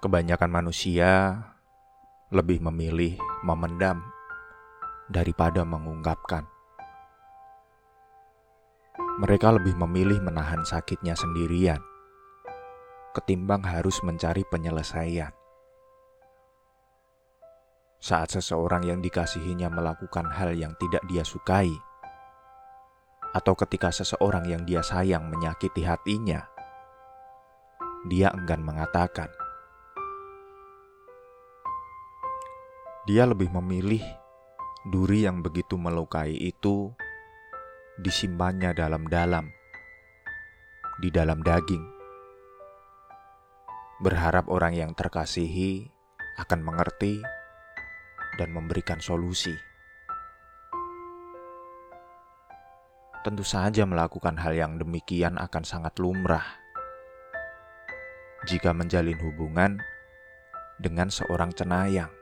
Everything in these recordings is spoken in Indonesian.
Kebanyakan manusia lebih memilih memendam daripada mengungkapkan. Mereka lebih memilih menahan sakitnya sendirian ketimbang harus mencari penyelesaian. Saat seseorang yang dikasihinya melakukan hal yang tidak dia sukai, atau ketika seseorang yang dia sayang menyakiti hatinya, dia enggan mengatakan. Dia lebih memilih duri yang begitu melukai itu disimpannya dalam-dalam, di dalam daging. Berharap orang yang terkasihi akan mengerti dan memberikan solusi. Tentu saja melakukan hal yang demikian akan sangat lumrah jika menjalin hubungan dengan seorang cenayang.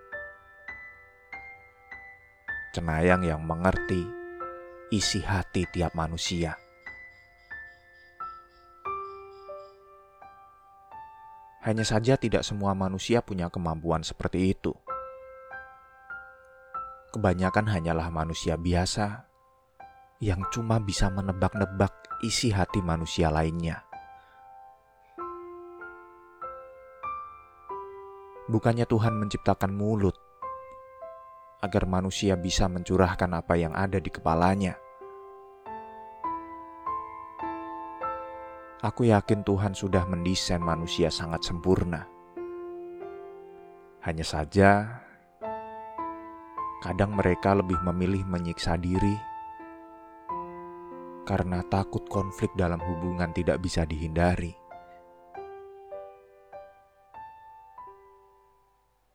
Cenayang yang mengerti isi hati tiap manusia. Hanya saja tidak semua manusia punya kemampuan seperti itu. Kebanyakan hanyalah manusia biasa yang cuma bisa menebak-nebak isi hati manusia lainnya. Bukannya Tuhan menciptakan mulut agar manusia bisa mencurahkan apa yang ada di kepalanya. Aku yakin Tuhan sudah mendesain manusia sangat sempurna. Hanya saja, kadang mereka lebih memilih menyiksa diri karena takut konflik dalam hubungan tidak bisa dihindari.